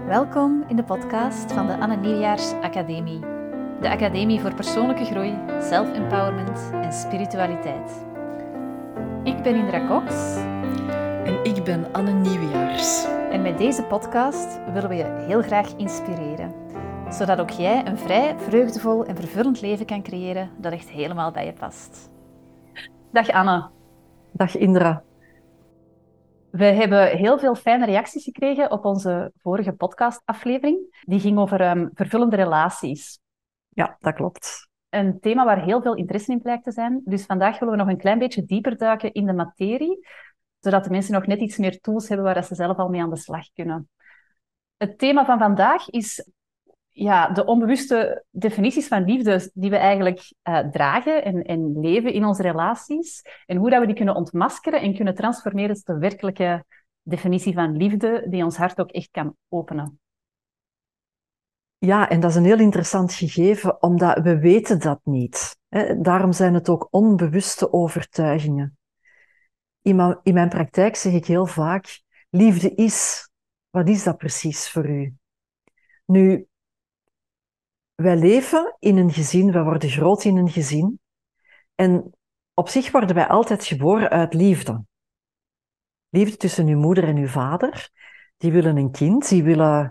Welkom in de podcast van de Anne Nieuwjaars Academie. De Academie voor persoonlijke groei, self-empowerment en spiritualiteit. Ik ben Indra Cox. En ik ben Anne Nieuwjaars. En met deze podcast willen we je heel graag inspireren. Zodat ook jij een vrij, vreugdevol en vervullend leven kan creëren dat echt helemaal bij je past. Dag Anne. Dag Indra. We hebben heel veel fijne reacties gekregen op onze vorige podcastaflevering. Die ging over vervullende relaties. Ja, dat klopt. Een thema waar heel veel interesse in blijkt te zijn. Dus vandaag willen we nog een klein beetje dieper duiken in de materie, zodat de mensen nog net iets meer tools hebben waar ze zelf al mee aan de slag kunnen. Het thema van vandaag is de onbewuste definities van liefde die we eigenlijk dragen en leven in onze relaties. En hoe dat we die kunnen ontmaskeren en kunnen transformeren tot de werkelijke definitie van liefde die ons hart ook echt kan openen. Ja, en dat is een heel interessant gegeven, omdat we weten dat niet. Daarom zijn het ook onbewuste overtuigingen. In mijn praktijk zeg ik heel vaak, liefde is, wat is dat precies voor u? Nu, wij leven in een gezin, wij worden groot in een gezin. En op zich worden wij altijd geboren uit liefde. Liefde tussen uw moeder en uw vader. Die willen een kind, die willen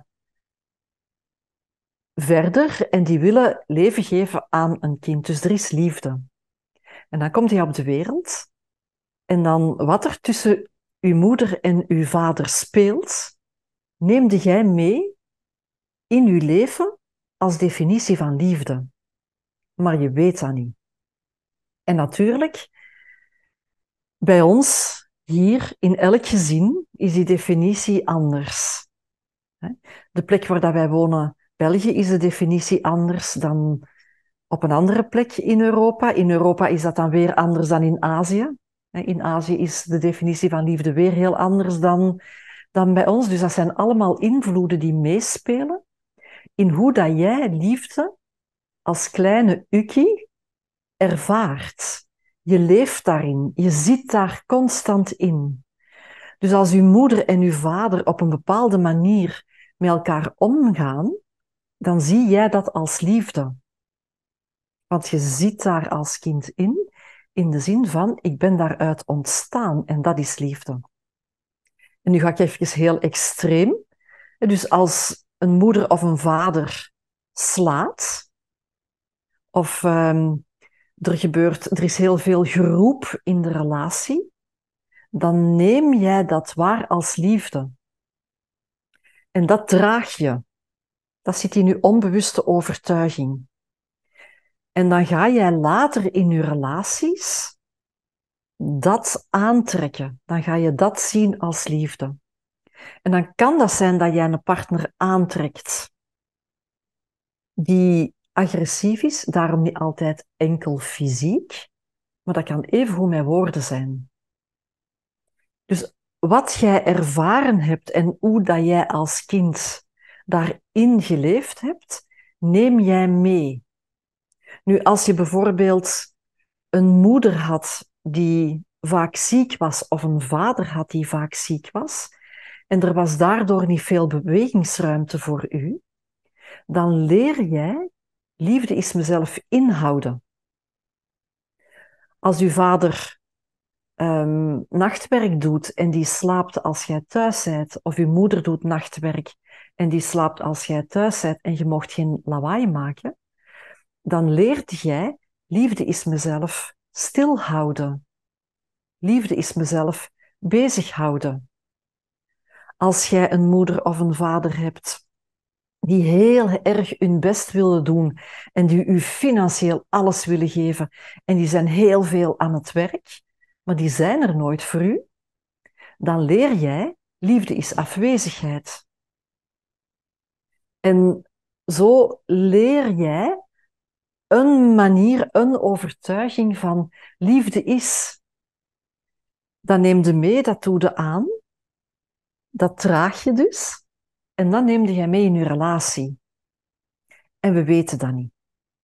verder en die willen leven geven aan een kind. Dus er is liefde. En dan komt hij op de wereld. En dan wat er tussen uw moeder en uw vader speelt, neemde jij mee in uw leven als definitie van liefde. Maar je weet dat niet. En natuurlijk, bij ons hier in elk gezin is die definitie anders. De plek waar dat wij wonen, België, is de definitie anders dan op een andere plek in Europa. In Europa is dat dan weer anders dan in Azië. In Azië is de definitie van liefde weer heel anders dan bij ons. Dus dat zijn allemaal invloeden die meespelen in hoe dat jij liefde als kleine Ukkie ervaart. Je leeft daarin, je zit daar constant in. Dus als uw moeder en uw vader op een bepaalde manier met elkaar omgaan, dan zie jij dat als liefde. Want je zit daar als kind in de zin van, ik ben daaruit ontstaan en dat is liefde. En nu ga ik even heel extreem. Dus als een moeder of een vader slaat, of er is heel veel geroep in de relatie, dan neem jij dat waar als liefde. En dat draag je. Dat zit in je onbewuste overtuiging. En dan ga jij later in je relaties dat aantrekken. Dan ga je dat zien als liefde. En dan kan dat zijn dat jij een partner aantrekt die agressief is, daarom niet altijd enkel fysiek, maar dat kan evengoed met woorden zijn. Dus wat jij ervaren hebt en hoe dat jij als kind daarin geleefd hebt, neem jij mee. Nu, als je bijvoorbeeld een moeder had die vaak ziek was, of een vader had die vaak ziek was, en er was daardoor niet veel bewegingsruimte voor u, dan leer jij, liefde is mezelf inhouden. Als uw vader nachtwerk doet en die slaapt als jij thuis bent, of uw moeder doet nachtwerk en die slaapt als jij thuis bent en je mocht geen lawaai maken, dan leert jij, liefde is mezelf stilhouden. Liefde is mezelf bezighouden. Als jij een moeder of een vader hebt die heel erg hun best willen doen en die u financieel alles willen geven en die zijn heel veel aan het werk, maar die zijn er nooit voor u, dan leer jij, liefde is afwezigheid. En zo leer jij een manier, een overtuiging van liefde is. Dat neem je mee, dat doe je aan, dat draag je dus, en dan neem je mee in je relatie. En we weten dat niet.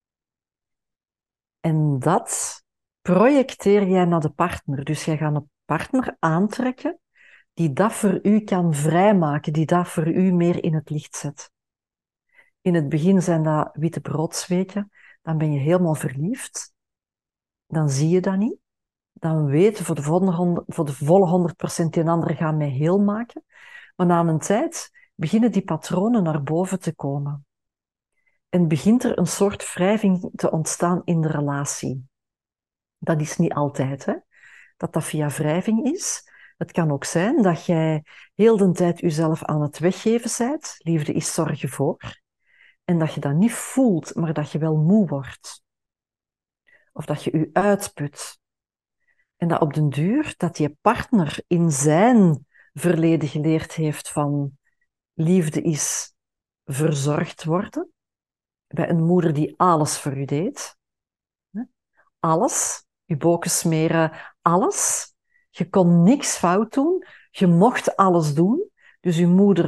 En dat projecteer jij naar de partner. Dus jij gaat een partner aantrekken die dat voor u kan vrijmaken, die dat voor u meer in het licht zet. In het begin zijn dat witte broodsweken, dan ben je helemaal verliefd. Dan zie je dat niet. Dan weet je voor de volle 100% die een ander gaat mij heel maken. Maar na een tijd beginnen die patronen naar boven te komen. En begint er een soort wrijving te ontstaan in de relatie. Dat is niet altijd, hè? Dat via wrijving is. Het kan ook zijn dat jij heel de tijd jezelf aan het weggeven bent. Liefde is zorgen voor. En dat je dat niet voelt, maar dat je wel moe wordt. Of dat je je uitput. En dat op den duur, dat je partner in zijn verleden geleerd heeft van liefde is verzorgd worden. Bij een moeder die alles voor u deed. Alles. Je boken smeren, alles. Je kon niks fout doen. Je mocht alles doen. Dus uw moeder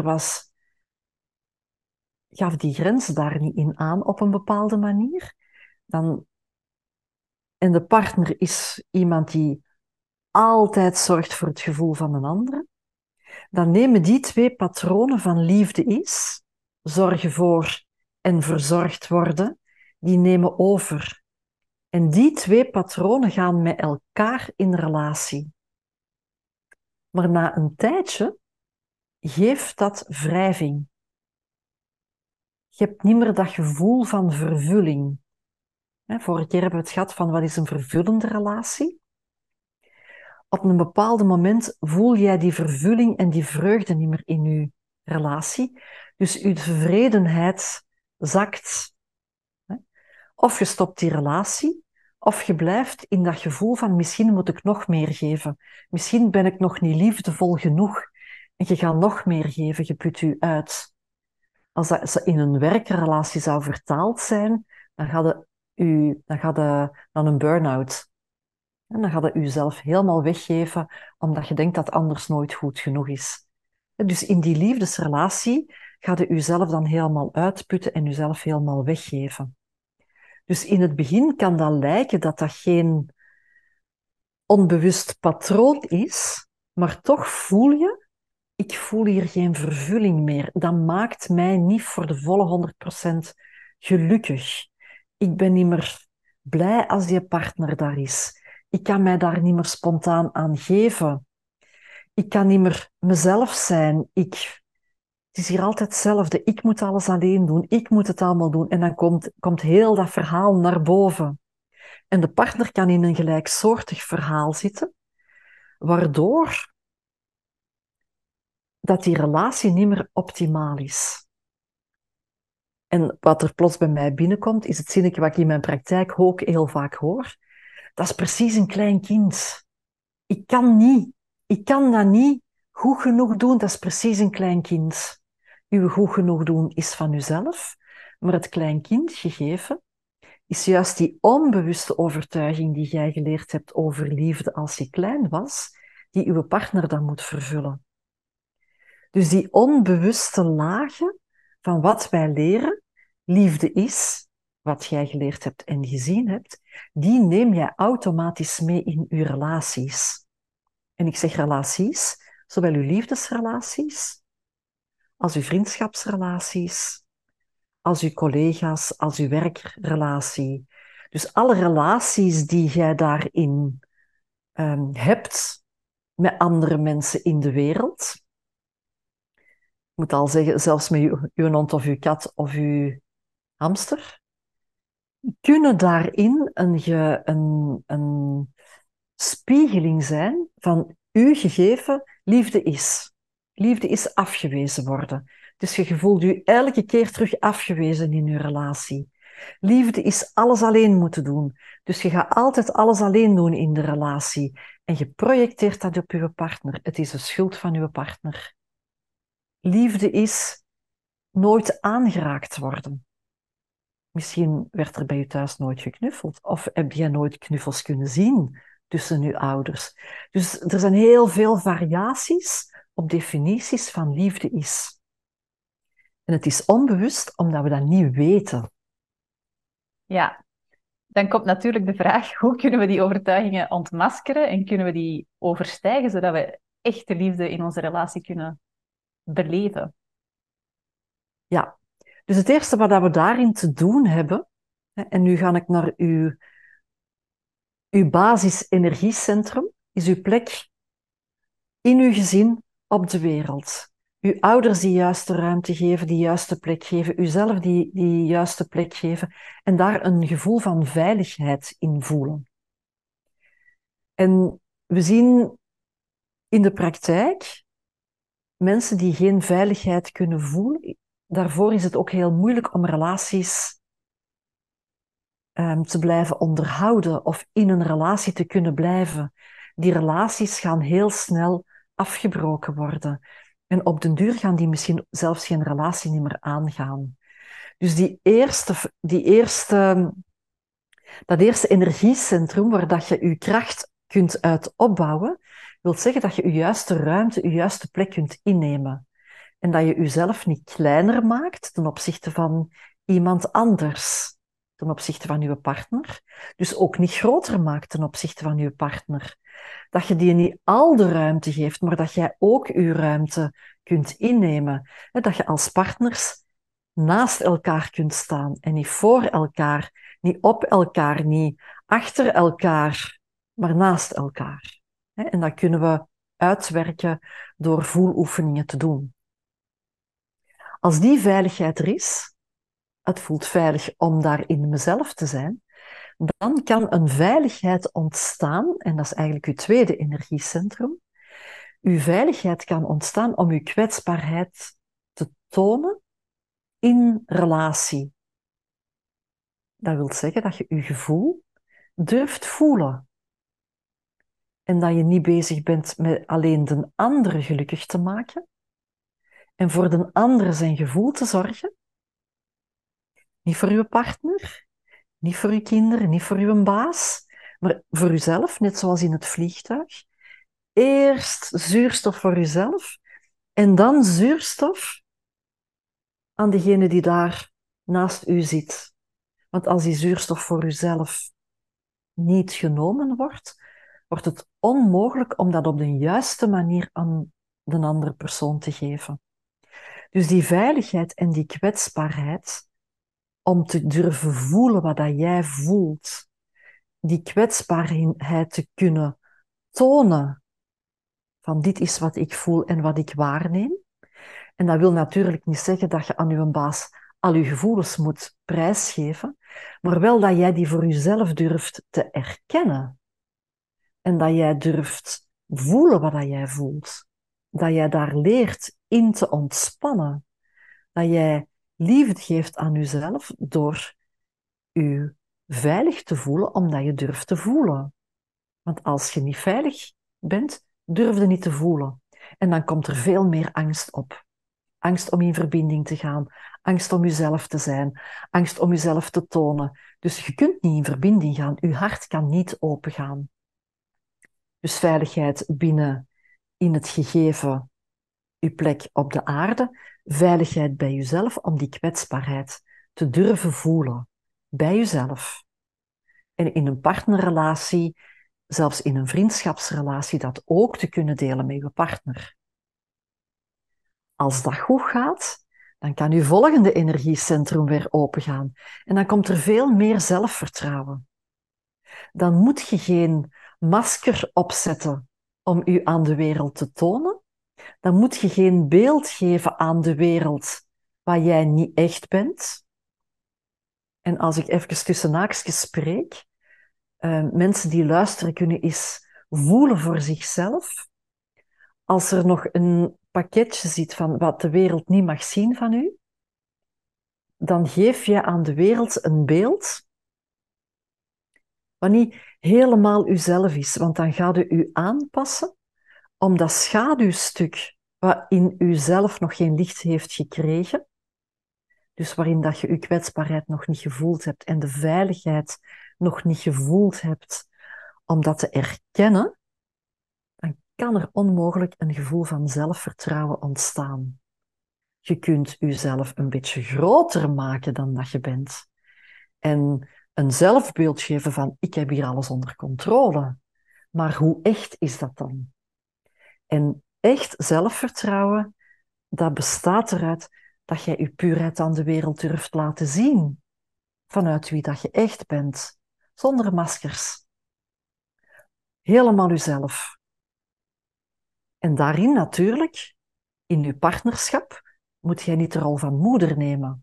gaf die grens daar niet in aan op een bepaalde manier. En de partner is iemand die altijd zorgt voor het gevoel van een andere. Dan nemen die twee patronen van liefde is, zorgen voor en verzorgd worden, die nemen over. En die twee patronen gaan met elkaar in relatie. Maar na een tijdje geeft dat wrijving. Je hebt niet meer dat gevoel van vervulling. Vorige keer hebben we het gehad van wat is een vervullende relatie. Op een bepaald moment voel jij die vervulling en die vreugde niet meer in je relatie. Dus je tevredenheid zakt. Of je stopt die relatie, of je blijft in dat gevoel van misschien moet ik nog meer geven. Misschien ben ik nog niet liefdevol genoeg. En je gaat nog meer geven, je put je uit. Als dat in een werkrelatie zou vertaald zijn, dan gaat je naar een burn-out. En dan gaat je jezelf helemaal weggeven, omdat je denkt dat anders nooit goed genoeg is. Dus in die liefdesrelatie gaat je jezelf dan helemaal uitputten en jezelf helemaal weggeven. Dus in het begin kan dat lijken dat dat geen onbewust patroon is, maar toch voel je, ik voel hier geen vervulling meer. Dat maakt mij niet voor de volle 100% gelukkig. Ik ben niet meer blij als die partner daar is. Ik kan mij daar niet meer spontaan aan geven. Ik kan niet meer mezelf zijn. Het is hier altijd hetzelfde. Ik moet alles alleen doen. Ik moet het allemaal doen. En dan komt heel dat verhaal naar boven. En de partner kan in een gelijksoortig verhaal zitten, waardoor dat die relatie niet meer optimaal is. En wat er plots bij mij binnenkomt, is het zinnetje wat ik in mijn praktijk ook heel vaak hoor. Dat is precies een klein kind. Ik kan dat niet goed genoeg doen. Dat is precies een klein kind. Uw goed genoeg doen is van uzelf, maar het klein kind gegeven is juist die onbewuste overtuiging die jij geleerd hebt over liefde als je klein was, die uw partner dan moet vervullen. Dus die onbewuste lagen van wat wij leren, liefde is, wat jij geleerd hebt en gezien hebt, die neem jij automatisch mee in uw relaties. En ik zeg relaties, zowel uw liefdesrelaties, als uw vriendschapsrelaties, als uw collega's, als uw werkrelatie. Dus alle relaties die jij daarin hebt met andere mensen in de wereld. Ik moet al zeggen, zelfs met uw hond of uw kat of uw hamster, kunnen daarin een spiegeling zijn van uw gegeven liefde is. Liefde is afgewezen worden. Dus je voelt je elke keer terug afgewezen in je relatie. Liefde is alles alleen moeten doen. Dus je gaat altijd alles alleen doen in de relatie. En je projecteert dat op je partner. Het is de schuld van je partner. Liefde is nooit aangeraakt worden. Misschien werd er bij je thuis nooit geknuffeld. Of heb je nooit knuffels kunnen zien tussen je ouders. Dus er zijn heel veel variaties op definities van liefde is. En het is onbewust omdat we dat niet weten. Ja, dan komt natuurlijk de vraag, hoe kunnen we die overtuigingen ontmaskeren en kunnen we die overstijgen, zodat we echte liefde in onze relatie kunnen beleven? Ja, dus het eerste wat we daarin te doen hebben, en nu ga ik naar uw basis-energiecentrum, is uw plek in uw gezin op de wereld. Uw ouders die juiste ruimte geven, die juiste plek geven, uzelf die juiste plek geven en daar een gevoel van veiligheid in voelen. En we zien in de praktijk mensen die geen veiligheid kunnen voelen. Daarvoor is het ook heel moeilijk om relaties te blijven onderhouden of in een relatie te kunnen blijven. Die relaties gaan heel snel afgebroken worden. En op den duur gaan die misschien zelfs geen relatie niet meer aangaan. Dus dat eerste energiecentrum waar dat je je kracht kunt uit opbouwen, wil zeggen dat je je juiste ruimte, je juiste plek kunt innemen. En dat je jezelf niet kleiner maakt ten opzichte van iemand anders, ten opzichte van je partner. Dus ook niet groter maakt ten opzichte van je partner. Dat je die niet al de ruimte geeft, maar dat jij ook je ruimte kunt innemen. Dat je als partners naast elkaar kunt staan en niet voor elkaar, niet op elkaar, niet achter elkaar, maar naast elkaar. En dat kunnen we uitwerken door voeloefeningen te doen. Als die veiligheid er is, het voelt veilig om daar in mezelf te zijn, dan kan een veiligheid ontstaan, en dat is eigenlijk uw tweede energiecentrum. Uw veiligheid kan ontstaan om uw kwetsbaarheid te tonen in relatie. Dat wil zeggen dat je je gevoel durft voelen. En dat je niet bezig bent met alleen de andere gelukkig te maken en voor de andere zijn gevoel te zorgen. Niet voor uw partner, niet voor uw kinderen, niet voor uw baas, maar voor uzelf, net zoals in het vliegtuig. Eerst zuurstof voor uzelf en dan zuurstof aan degene die daar naast u zit. Want als die zuurstof voor uzelf niet genomen wordt, wordt het onmogelijk om dat op de juiste manier aan de andere persoon te geven. Dus die veiligheid en die kwetsbaarheid, om te durven voelen wat dat jij voelt, die kwetsbaarheid te kunnen tonen van dit is wat ik voel en wat ik waarneem. En dat wil natuurlijk niet zeggen dat je aan je baas al je gevoelens moet prijsgeven, maar wel dat jij die voor jezelf durft te erkennen. En dat jij durft voelen wat dat jij voelt. Dat jij daar leert in te ontspannen. Dat jij liefde geeft aan jezelf door je veilig te voelen, omdat je durft te voelen. Want als je niet veilig bent, durf je niet te voelen. En dan komt er veel meer angst op. Angst om in verbinding te gaan. Angst om jezelf te zijn. Angst om jezelf te tonen. Dus je kunt niet in verbinding gaan. Je hart kan niet opengaan. Dus veiligheid binnen in het gegeven, je plek op de aarde. Veiligheid bij jezelf om die kwetsbaarheid te durven voelen. Bij jezelf. En in een partnerrelatie, zelfs in een vriendschapsrelatie, dat ook te kunnen delen met je partner. Als dat goed gaat, dan kan je volgende energiecentrum weer opengaan. En dan komt er veel meer zelfvertrouwen. Dan moet je geen masker opzetten om je aan de wereld te tonen. Dan moet je geen beeld geven aan de wereld waar jij niet echt bent. En als ik even tussen haakjes spreek, mensen die luisteren kunnen eens voelen voor zichzelf. Als er nog een pakketje zit van wat de wereld niet mag zien van u, dan geef je aan de wereld een beeld wat niet helemaal uzelf is, want dan gaat u u aanpassen om dat schaduwstuk wat in uzelf nog geen licht heeft gekregen, dus waarin dat je uw kwetsbaarheid nog niet gevoeld hebt en de veiligheid nog niet gevoeld hebt, om dat te erkennen, dan kan er onmogelijk een gevoel van zelfvertrouwen ontstaan. Je kunt jezelf een beetje groter maken dan dat je bent. En een zelfbeeld geven van, ik heb hier alles onder controle. Maar hoe echt is dat dan? En echt zelfvertrouwen, dat bestaat eruit dat jij je puurheid aan de wereld durft laten zien. Vanuit wie dat je echt bent. Zonder maskers. Helemaal jezelf. En daarin natuurlijk, in je partnerschap, moet jij niet de rol van moeder nemen.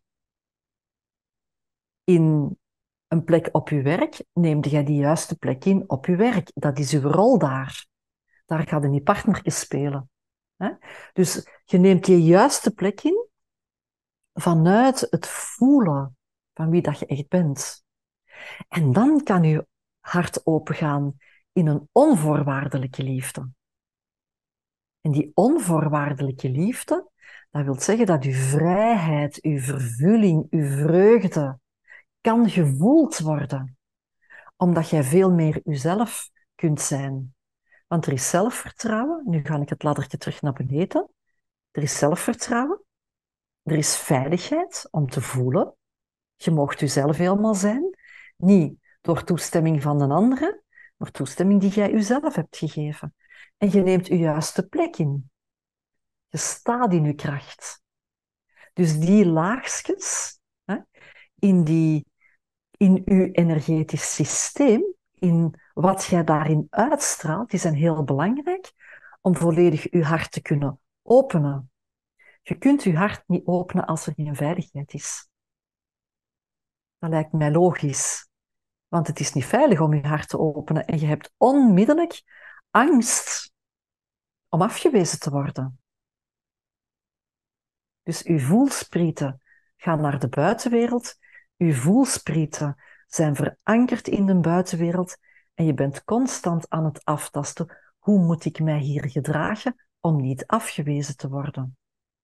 In een plek op je werk, neemde jij die juiste plek in op je werk. Dat is uw rol daar. Daar gaat je niet partnertje spelen. Hè? Dus je neemt die juiste plek in vanuit het voelen van wie dat je echt bent. En dan kan je hart opengaan in een onvoorwaardelijke liefde. En die onvoorwaardelijke liefde, dat wil zeggen dat uw vrijheid, uw vervulling, uw vreugde kan gevoeld worden, omdat jij veel meer uzelf kunt zijn. Want er is zelfvertrouwen, nu ga ik het laddertje terug naar beneden, er is zelfvertrouwen, er is veiligheid om te voelen, je moogt jezelf helemaal zijn, niet door toestemming van een andere, maar toestemming die jij jezelf hebt gegeven. En je neemt je juiste plek in. Je staat in je kracht. Dus die laagjes hè, in uw energetisch systeem, in wat jij daarin uitstraalt, die zijn heel belangrijk om volledig uw hart te kunnen openen. Je kunt je hart niet openen als er geen veiligheid is. Dat lijkt mij logisch. Want het is niet veilig om je hart te openen en je hebt onmiddellijk angst om afgewezen te worden. Dus uw voelsprieten gaan naar de buitenwereld. Uw voelsprieten zijn verankerd in de buitenwereld en je bent constant aan het aftasten. Hoe moet ik mij hier gedragen om niet afgewezen te worden?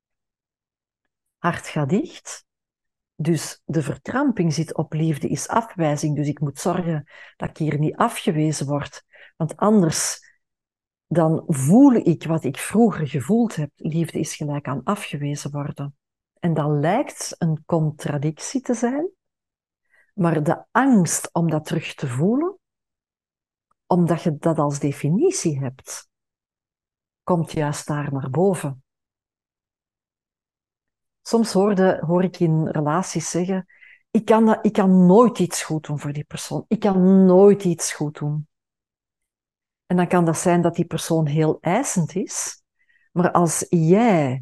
Hart gaat dicht. Dus de verkramping zit op liefde is afwijzing. Dus ik moet zorgen dat ik hier niet afgewezen word. Want anders dan voel ik wat ik vroeger gevoeld heb. Liefde is gelijk aan afgewezen worden. En dat lijkt een contradictie te zijn. Maar de angst om dat terug te voelen, omdat je dat als definitie hebt, komt juist daar naar boven. Soms hoor ik in relaties zeggen, ik kan nooit iets goed doen voor die persoon. Ik kan nooit iets goed doen. En dan kan dat zijn dat die persoon heel eisend is. Maar als jij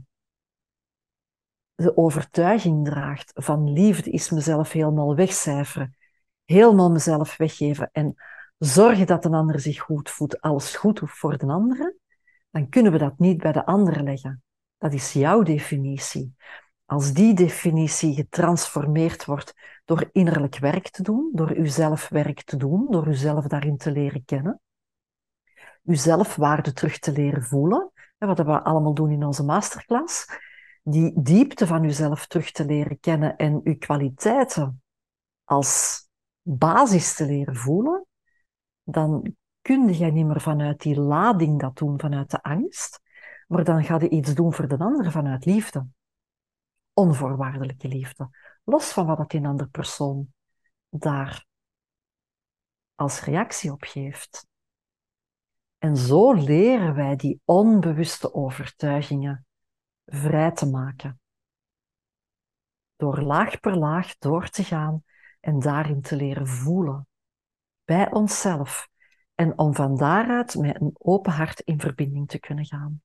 de overtuiging draagt van liefde is mezelf helemaal wegcijferen, helemaal mezelf weggeven en zorgen dat een ander zich goed voelt, alles goed doet voor de andere, dan kunnen we dat niet bij de andere leggen. Dat is jouw definitie. Als die definitie getransformeerd wordt door innerlijk werk te doen, door uzelf werk te doen, door uzelf daarin te leren kennen, uw zelfwaarde terug te leren voelen, wat we allemaal doen in onze masterclass, die diepte van uzelf terug te leren kennen en uw kwaliteiten als basis te leren voelen, dan kun je niet meer vanuit die lading dat doen, vanuit de angst, maar dan ga je iets doen voor de ander vanuit liefde. Onvoorwaardelijke liefde. Los van wat een andere persoon daar als reactie op geeft. En zo leren wij die onbewuste overtuigingen vrij te maken. Door laag per laag door te gaan en daarin te leren voelen. Bij onszelf. En om van daaruit met een open hart in verbinding te kunnen gaan.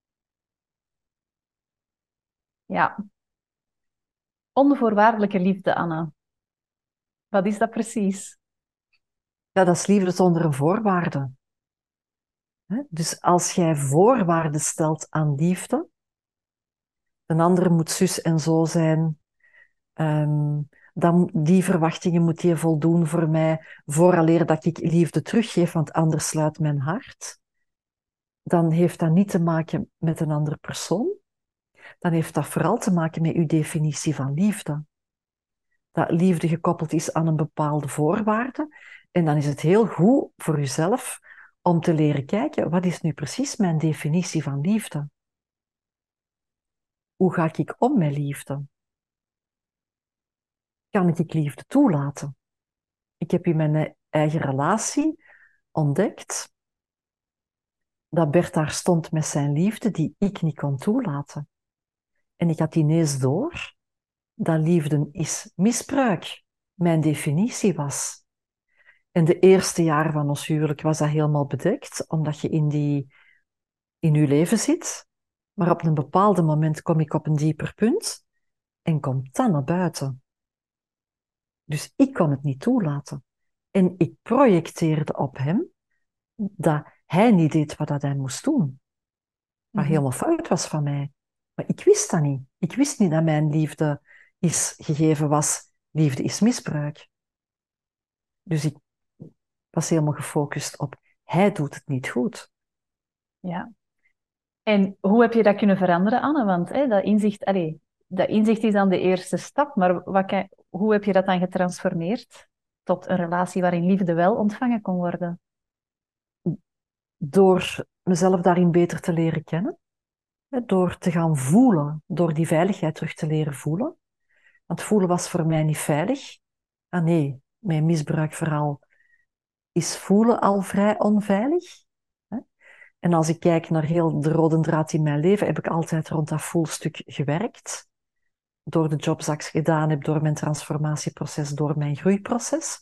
Ja. Onvoorwaardelijke liefde, Anne. Wat is dat precies? Ja, dat is liefde zonder een voorwaarde. Dus als jij voorwaarden stelt aan liefde, een ander moet zus en zo zijn, dan die verwachtingen moet je voldoen voor mij, vooraleer dat ik liefde teruggeef, want anders sluit mijn hart. Dan heeft dat niet te maken met een andere persoon. Dan heeft dat vooral te maken met uw definitie van liefde. Dat liefde gekoppeld is aan een bepaalde voorwaarde. En dan is het heel goed voor uzelf om te leren kijken, wat is nu precies mijn definitie van liefde? Hoe ga ik om met liefde? Kan ik liefde toelaten? Ik heb in mijn eigen relatie ontdekt dat Bert daar stond met zijn liefde die ik niet kon toelaten. En ik had ineens door dat liefde is misbruik mijn definitie was. En de eerste jaren van ons huwelijk was dat helemaal bedekt, omdat je in je leven zit. Maar op een bepaald moment kom ik op een dieper punt en komt dan naar buiten. Dus ik kon het niet toelaten. En ik projecteerde op hem dat hij niet deed wat hij moest doen. Wat helemaal fout was van mij. Maar ik wist dat niet. Ik wist niet dat mijn liefde is gegeven was. Liefde is misbruik. Dus ik was helemaal gefocust op hij doet het niet goed. Ja. En hoe heb je dat kunnen veranderen, Anne? Want dat inzicht is dan de eerste stap, maar hoe heb je dat dan getransformeerd tot een relatie waarin liefde wel ontvangen kon worden? Door mezelf daarin beter te leren kennen. Door te gaan voelen, door die veiligheid terug te leren voelen. Want voelen was voor mij niet veilig. Ah nee, mijn misbruikverhaal is voelen al vrij onveilig. En als ik kijk naar heel de rode draad in mijn leven, heb ik altijd rond dat voelstuk gewerkt. Door de jobs die ik gedaan heb, door mijn transformatieproces, door mijn groeiproces.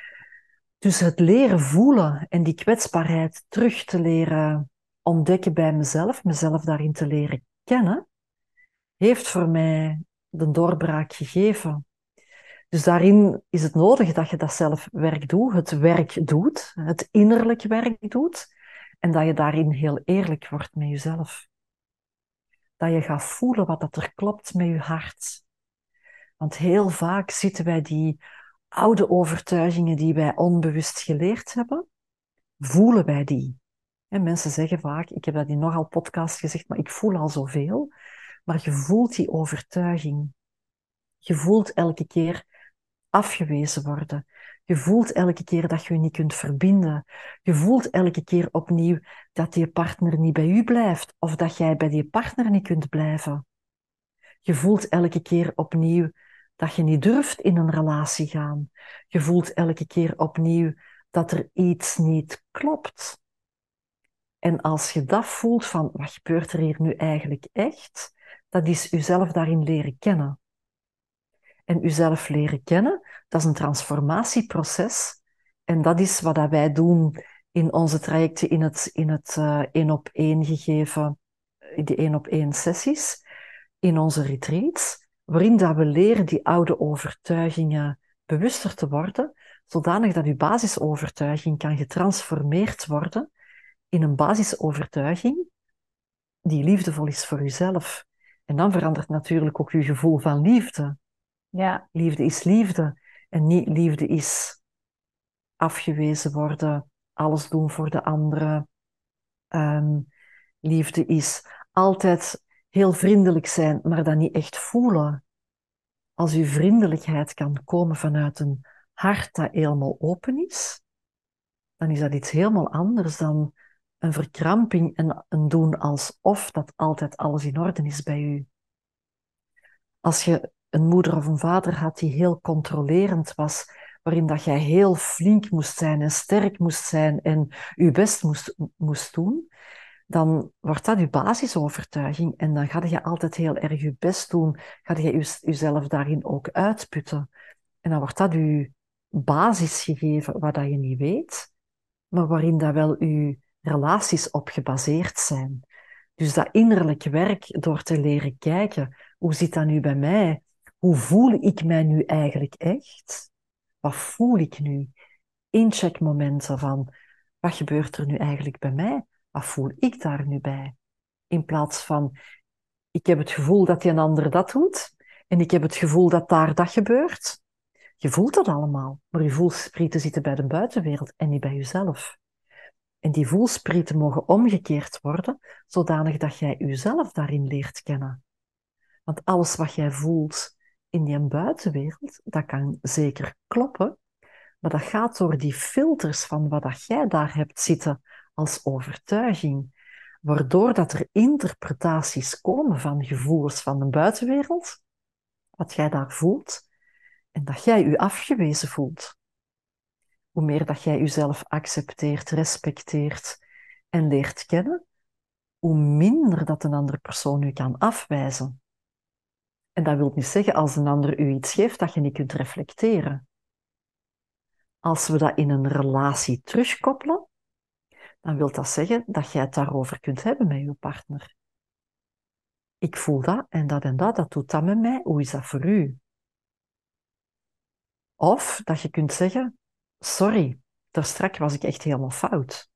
Dus het leren voelen en die kwetsbaarheid terug te leren ontdekken bij mezelf daarin te leren kennen, heeft voor mij de doorbraak gegeven. Dus daarin is het nodig dat je dat zelfwerk doet, het werk doet, het innerlijk werk doet, en dat je daarin heel eerlijk wordt met jezelf. Dat je gaat voelen wat dat er klopt met je hart. Want heel vaak zitten wij die oude overtuigingen die wij onbewust geleerd hebben, voelen wij die. En mensen zeggen vaak, ik heb dat in nogal podcasts gezegd, maar ik voel al zoveel. Maar je voelt die overtuiging. Je voelt elke keer afgewezen worden. Je voelt elke keer dat je je niet kunt verbinden. Je voelt elke keer opnieuw dat die partner niet bij u blijft of dat jij bij die partner niet kunt blijven. Je voelt elke keer opnieuw dat je niet durft in een relatie gaan. Je voelt elke keer opnieuw dat er iets niet klopt. En als je dat voelt van, wat gebeurt er hier nu eigenlijk echt? Dat is jezelf daarin leren kennen. En jezelf leren kennen, dat is een transformatieproces. En dat is wat wij doen in onze trajecten in het 1-op-1 gegeven, de 1-op-1 sessies, in onze retreats, waarin dat we leren die oude overtuigingen bewuster te worden, zodanig dat uw basisovertuiging kan getransformeerd worden in een basisovertuiging die liefdevol is voor uzelf. En dan verandert natuurlijk ook uw gevoel van liefde. Ja. Liefde is liefde en niet liefde is afgewezen worden, alles doen voor de anderen. Liefde is altijd heel vriendelijk zijn, maar dat niet echt voelen. Als uw vriendelijkheid kan komen vanuit een hart dat helemaal open is, dan is dat iets helemaal anders dan een verkramping en een doen alsof dat altijd alles in orde is bij u. Als je een moeder of een vader had die heel controlerend was, waarin dat jij heel flink moest zijn en sterk moest zijn en je best moest doen, dan wordt dat je basisovertuiging en dan ga je altijd heel erg je best doen, ga je jezelf daarin ook uitputten. En dan wordt dat je basis gegeven wat dat je niet weet, maar waarin dat wel je relaties op gebaseerd zijn. Dus dat innerlijk werk door te leren kijken, hoe zit dat nu bij mij? Hoe voel ik mij nu eigenlijk echt? Wat voel ik nu? Incheckmomenten van, wat gebeurt er nu eigenlijk bij mij? Wat voel ik daar nu bij? In plaats van, ik heb het gevoel dat die een ander dat doet en ik heb het gevoel dat daar dat gebeurt. Je voelt dat allemaal, maar je voelsprieten zitten bij de buitenwereld en niet bij jezelf. En die voelsprieten mogen omgekeerd worden, zodanig dat jij jezelf daarin leert kennen. Want alles wat jij voelt in die buitenwereld, dat kan zeker kloppen, maar dat gaat door die filters van wat dat jij daar hebt zitten als overtuiging, waardoor dat er interpretaties komen van gevoelens van de buitenwereld, wat jij daar voelt, en dat jij je afgewezen voelt. Hoe meer dat jij jezelf accepteert, respecteert en leert kennen, hoe minder dat een andere persoon u kan afwijzen. En dat wil niet zeggen als een ander u iets geeft dat je niet kunt reflecteren. Als we dat in een relatie terugkoppelen, dan wil dat zeggen dat jij het daarover kunt hebben met je partner. Ik voel dat en dat doet dat met mij. Hoe is dat voor u? Of dat je kunt zeggen, sorry, daarstraks was ik echt helemaal fout.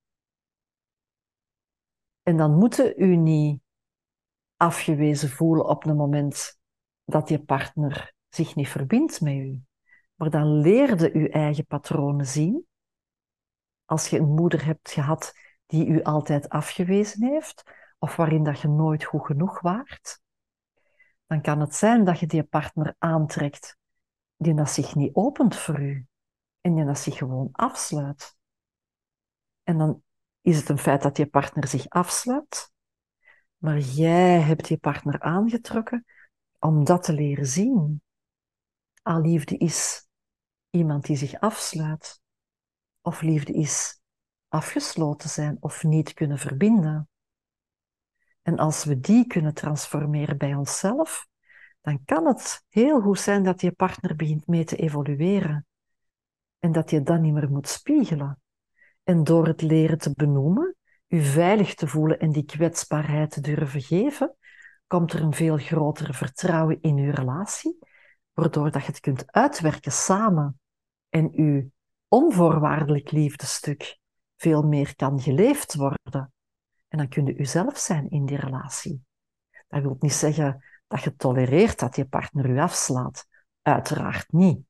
En dan moeten u niet afgewezen voelen op het moment dat je partner zich niet verbindt met u. Maar dan leerde u eigen patronen zien. Als je een moeder hebt gehad die u altijd afgewezen heeft, of waarin dat je nooit goed genoeg waart, dan kan het zijn dat je die partner aantrekt die dat zich niet opent voor u en die dat zich gewoon afsluit. En dan is het een feit dat je partner zich afsluit, maar jij hebt je partner aangetrokken om dat te leren zien. Ah, liefde is iemand die zich afsluit, of liefde is afgesloten zijn of niet kunnen verbinden. En als we die kunnen transformeren bij onszelf, dan kan het heel goed zijn dat je partner begint mee te evolueren. En dat je dat niet meer moet spiegelen. En door het leren te benoemen, je veilig te voelen en die kwetsbaarheid te durven geven, komt er een veel groter vertrouwen in je relatie, waardoor dat je het kunt uitwerken samen en je onvoorwaardelijk liefdestuk veel meer kan geleefd worden. En dan kun je jezelf zijn in die relatie. Dat wil niet zeggen dat je tolereert dat je partner je afslaat. Uiteraard niet.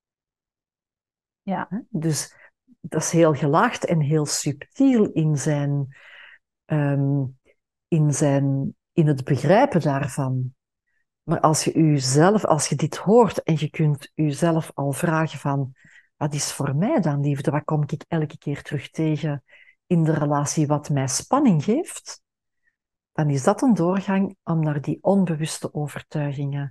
Ja. Dus dat is heel gelaagd en heel subtiel in het begrijpen daarvan. Maar als je dit hoort en je kunt jezelf al vragen van, wat is voor mij dan liefde? Wat kom ik elke keer terug tegen in de relatie wat mij spanning geeft? Dan is dat een doorgang om naar die onbewuste overtuigingen,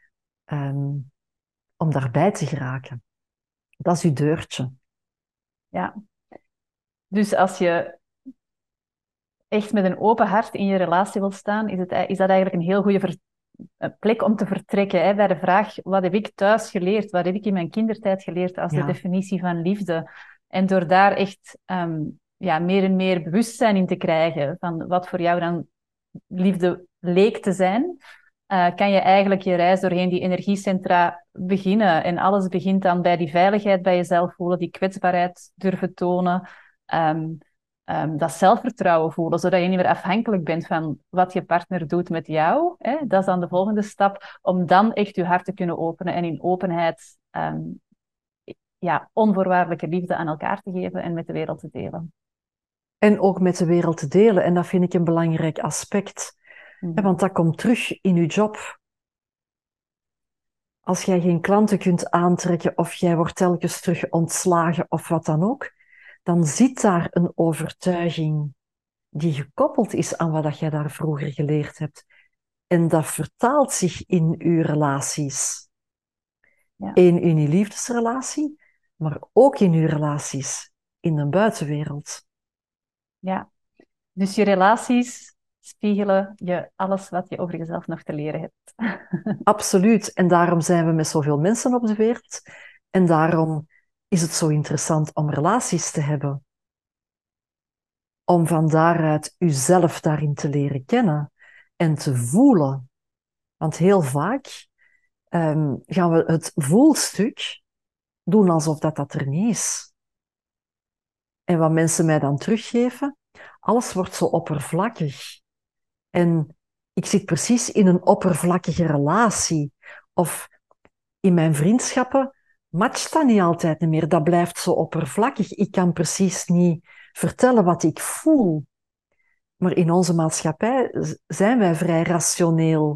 om daarbij te geraken. Dat is uw deurtje. Ja. Dus als je echt met een open hart in je relatie wilt staan, is dat eigenlijk een heel goede plek om te vertrekken. Hè? Bij de vraag, wat heb ik thuis geleerd? Wat heb ik in mijn kindertijd geleerd als de definitie van liefde? En door daar echt meer en meer bewustzijn in te krijgen van wat voor jou dan liefde leek te zijn, kan je eigenlijk je reis doorheen die energiecentra beginnen. En alles begint dan bij die veiligheid bij jezelf voelen, die kwetsbaarheid durven tonen, dat zelfvertrouwen voelen, zodat je niet meer afhankelijk bent van wat je partner doet met jou. Hè? Dat is dan de volgende stap, om dan echt je hart te kunnen openen en in openheid onvoorwaardelijke liefde aan elkaar te geven en met de wereld te delen. En ook met de wereld te delen. En dat vind ik een belangrijk aspect. Want dat komt terug in je job. Als jij geen klanten kunt aantrekken of jij wordt telkens terug ontslagen of wat dan ook, dan zit daar een overtuiging die gekoppeld is aan wat jij daar vroeger geleerd hebt. En dat vertaalt zich in je relaties. Ja. In je liefdesrelatie, maar ook in je relaties in de buitenwereld. Ja, dus je relaties spiegelen je alles wat je over jezelf nog te leren hebt. Absoluut. En daarom zijn we met zoveel mensen op de wereld. En daarom is het zo interessant om relaties te hebben. Om van daaruit uzelf daarin te leren kennen en te voelen. Want heel vaak gaan we het voelstuk doen alsof dat er niet is. En wat mensen mij dan teruggeven, alles wordt zo oppervlakkig. En ik zit precies in een oppervlakkige relatie. Of in mijn vriendschappen matcht dat niet altijd meer. Dat blijft zo oppervlakkig. Ik kan precies niet vertellen wat ik voel. Maar in onze maatschappij zijn wij vrij rationeel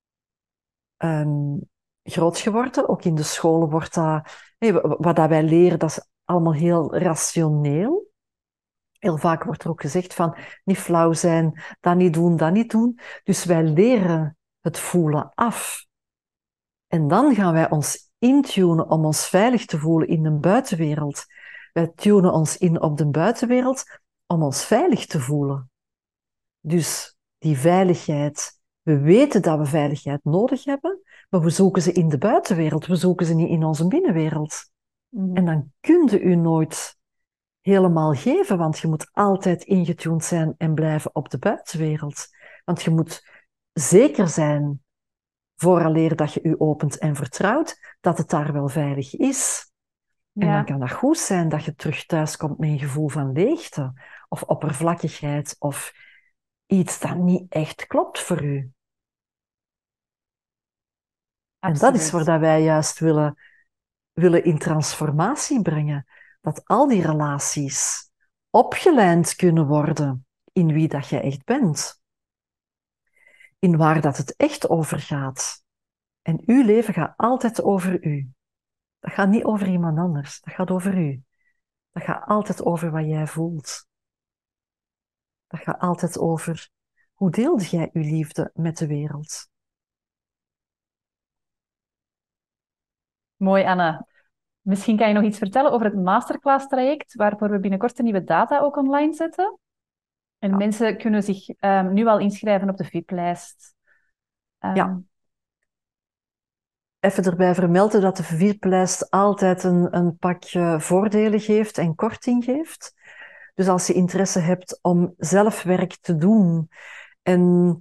groot geworden. Ook in de scholen wordt dat... wat wij leren, dat is allemaal heel rationeel. Heel vaak wordt er ook gezegd van niet flauw zijn, dat niet doen, dat niet doen. Dus wij leren het voelen af. En dan gaan wij ons intunen om ons veilig te voelen in de buitenwereld. Wij tunen ons in op de buitenwereld om ons veilig te voelen. Dus die veiligheid, we weten dat we veiligheid nodig hebben, maar we zoeken ze in de buitenwereld, we zoeken ze niet in onze binnenwereld. En dan kun je u nooit helemaal geven, want je moet altijd ingetuned zijn en blijven op de buitenwereld. Want je moet zeker zijn, vooraleer dat je u opent en vertrouwt, dat het daar wel veilig is. En dan kan dat goed zijn dat je terug thuis komt met een gevoel van leegte of oppervlakkigheid of iets dat niet echt klopt voor u. Absoluut. En dat is waar dat wij juist willen in transformatie brengen. Dat al die relaties opgeleid kunnen worden in wie dat jij echt bent. In waar dat het echt over gaat. En uw leven gaat altijd over u. Dat gaat niet over iemand anders. Dat gaat over u. Dat gaat altijd over wat jij voelt. Dat gaat altijd over hoe deelde jij uw liefde met de wereld. Mooi, Anne. Misschien kan je nog iets vertellen over het masterclass-traject, waarvoor we binnenkort de nieuwe data ook online zetten. En mensen kunnen zich nu al inschrijven op de VIP-lijst. Ja. Even erbij vermelden dat de VIP-lijst altijd een pakje voordelen geeft en korting geeft. Dus als je interesse hebt om zelf werk te doen en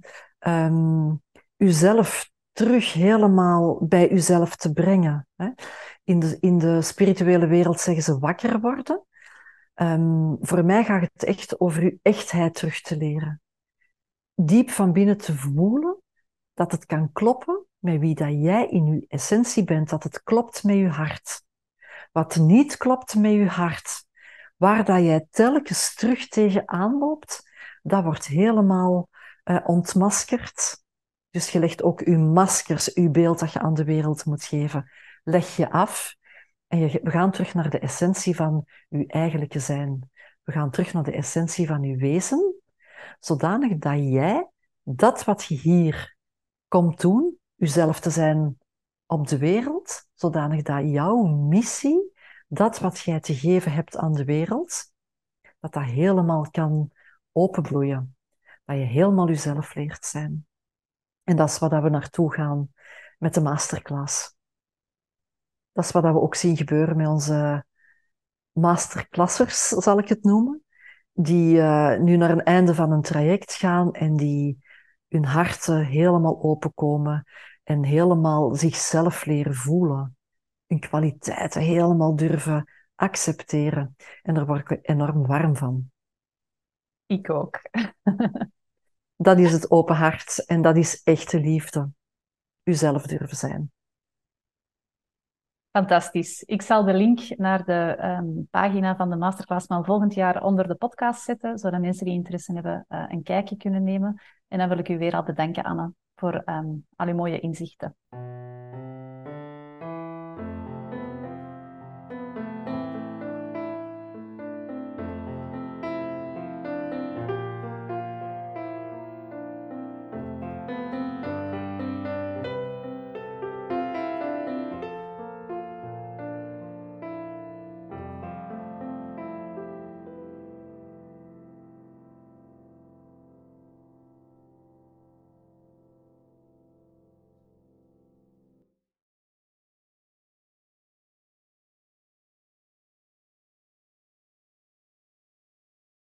uzelf terug helemaal bij uzelf te brengen. Hè. In de spirituele wereld zeggen ze wakker worden. Voor mij gaat het echt over uw echtheid terug te leren. Diep van binnen te voelen dat het kan kloppen met wie dat jij in uw essentie bent, dat het klopt met je hart. Wat niet klopt met je hart, waar dat jij telkens terug tegenaan loopt, dat wordt helemaal ontmaskerd. Dus je legt ook je maskers, je beeld dat je aan de wereld moet geven, leg je af. En we gaan terug naar de essentie van je eigenlijke zijn. We gaan terug naar de essentie van je wezen, zodanig dat jij dat wat je hier komt doen, jezelf te zijn op de wereld, zodanig dat jouw missie, dat wat jij te geven hebt aan de wereld, dat helemaal kan openbloeien. Dat je helemaal jezelf leert zijn. En dat is waar we naartoe gaan met de masterclass. Dat is wat we ook zien gebeuren met onze masterclassers, zal ik het noemen, die nu naar een einde van een traject gaan en die hun harten helemaal openkomen en helemaal zichzelf leren voelen. Hun kwaliteiten helemaal durven accepteren. En daar word ik enorm warm van. Ik ook. Dat is het open hart en dat is echte liefde. Uzelf durven zijn. Fantastisch. Ik zal de link naar de pagina van de masterclass van volgend jaar onder de podcast zetten, zodat mensen die interesse hebben een kijkje kunnen nemen. En dan wil ik u weer al bedanken, Anne, voor al uw mooie inzichten.